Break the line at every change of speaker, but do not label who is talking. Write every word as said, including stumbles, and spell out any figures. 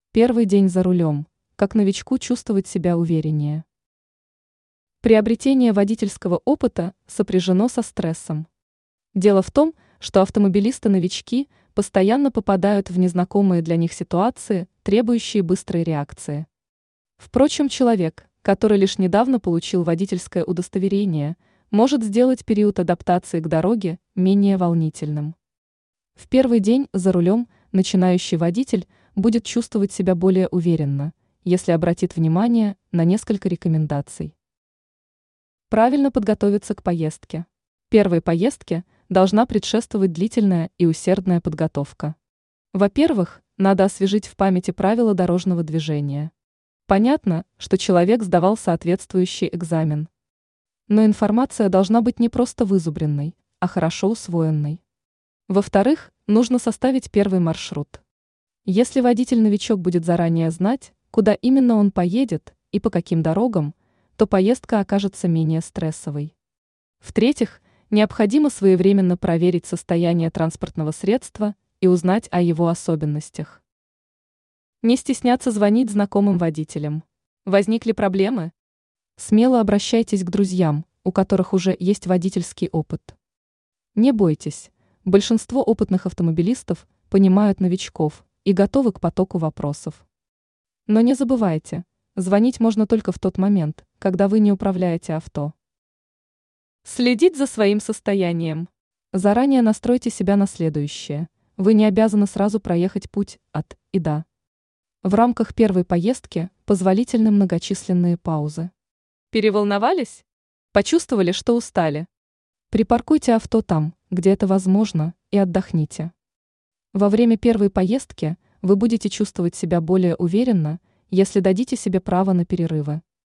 Первый день за рулем. Как новичку чувствовать себя увереннее. Приобретение водительского опыта сопряжено со стрессом. Дело в том, что автомобилисты-новички постоянно попадают в незнакомые для них ситуации, требующие быстрой реакции. Впрочем, человек, который лишь недавно получил водительское удостоверение, может сделать период адаптации к дороге менее волнительным. В первый день за рулем начинающий водитель будет чувствовать себя более уверенно, если обратит внимание на несколько рекомендаций. Правильно подготовиться к поездке. Первой поездке должна предшествовать длительная и усердная подготовка. Во-первых, надо освежить в памяти правила дорожного движения. Понятно, что человек сдавал соответствующий экзамен. Но информация должна быть не просто вызубренной, а хорошо усвоенной. Во-вторых, нужно составить первый маршрут. Если водитель-новичок будет заранее знать, куда именно он поедет и по каким дорогам, то поездка окажется менее стрессовой. В-третьих, необходимо своевременно проверить состояние транспортного средства и узнать о его особенностях. Не стесняться звонить знакомым водителям. Возникли проблемы? Смело обращайтесь к друзьям, у которых уже есть водительский опыт. Не бойтесь, большинство опытных автомобилистов понимают новичков и готовы к потоку вопросов. Но не забывайте, звонить можно только в тот момент, когда вы не управляете авто. Следить за своим состоянием. Заранее настройте себя на следующее. Вы не обязаны сразу проехать путь от и до. В рамках первой поездки позволительны многочисленные паузы. Переволновались? Почувствовали, что устали? Припаркуйте авто там, где это возможно, и отдохните. Во время первой поездки вы будете чувствовать себя более уверенно, если дадите себе право на перерывы.